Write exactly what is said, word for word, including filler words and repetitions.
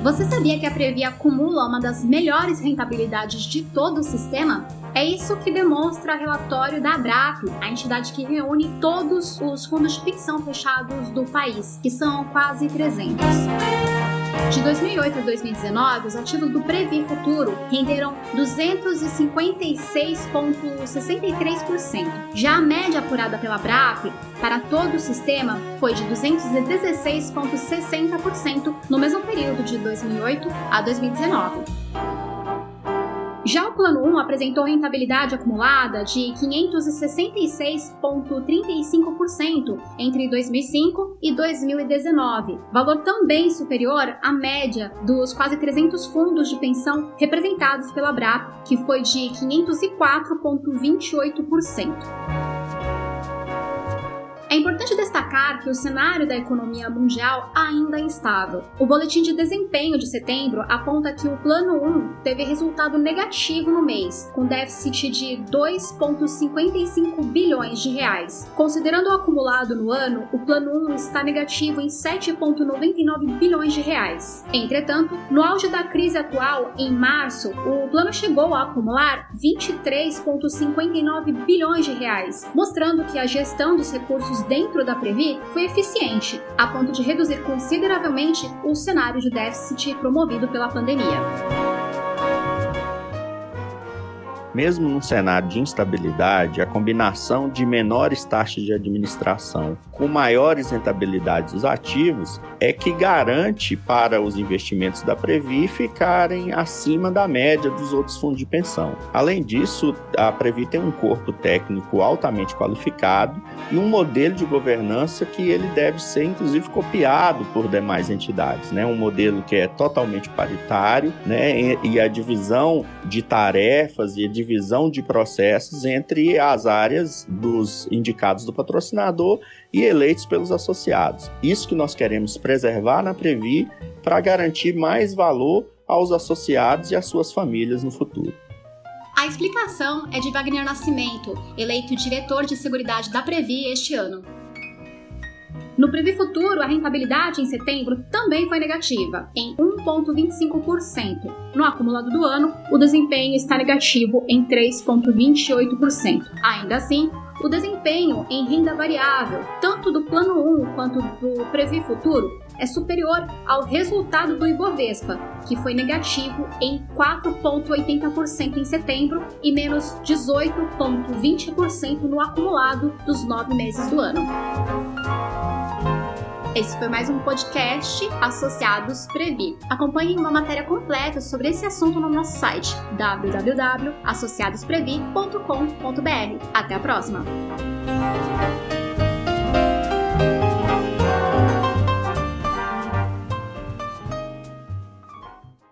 Você sabia que a Previ acumula uma das melhores rentabilidades de todo o sistema? É isso que demonstra o relatório da Abrap, a entidade que reúne todos os fundos de pensão fechados do país, que são quase trezentos. De dois mil e oito a dois mil e dezenove, os ativos do Previ Futuro renderam duzentos e cinquenta e seis vírgula sessenta e três por cento. Já a média apurada pela Abrap para todo o sistema foi de duzentos e dezesseis vírgula sessenta por cento no mesmo período de dois mil e oito a dois mil e dezenove. Já o Plano um apresentou rentabilidade acumulada de quinhentos e sessenta e seis vírgula trinta e cinco por cento entre dois mil e cinco e dois mil e dezenove, valor também superior à média dos quase trezentos fundos de pensão representados pela Abrap, que foi de quinhentos e quatro vírgula vinte e oito por cento. É importante destacar que o cenário da economia mundial ainda é instável. O boletim de desempenho de setembro aponta que o Plano um teve resultado negativo no mês, com déficit de dois vírgula cinquenta e cinco bilhões de reais. Considerando o acumulado no ano, o Plano um está negativo em sete vírgula noventa e nove bilhões de reais. Entretanto, no auge da crise atual, em março, o plano chegou a acumular vinte e três vírgula cinquenta e nove bilhões de reais, mostrando que a gestão dos recursos dentro da Previ foi eficiente, a ponto de reduzir consideravelmente o cenário de déficit promovido pela pandemia. Mesmo num cenário de instabilidade, a combinação de menores taxas de administração com maiores rentabilidades dos ativos é que garante para os investimentos da Previ ficarem acima da média dos outros fundos de pensão. Além disso, a Previ tem um corpo técnico altamente qualificado e um modelo de governança que ele deve ser, inclusive, copiado por demais entidades, né? Um modelo que é totalmente paritário, né? E a divisão de tarefas e a divisão de processos entre as áreas dos indicados do patrocinador e eleitos pelos associados. Isso que nós queremos preservar na Previ para garantir mais valor aos associados e às suas famílias no futuro. A explicação é de Wagner Nascimento, eleito diretor de Seguridade da Previ este ano. No Previ Futuro, a rentabilidade em setembro também foi negativa, em um vírgula vinte e cinco por cento. No acumulado do ano, o desempenho está negativo em três vírgula vinte e oito por cento. Ainda assim, o desempenho em renda variável, tanto do Plano um quanto do Previ Futuro, é superior ao resultado do Ibovespa, que foi negativo em quatro vírgula oitenta por cento em setembro e menos dezoito vírgula vinte por cento no acumulado dos nove meses do ano. Esse foi mais um podcast Associados Previ. Acompanhem uma matéria completa sobre esse assunto no nosso site w w w ponto associados previ ponto com ponto b r. Até a próxima!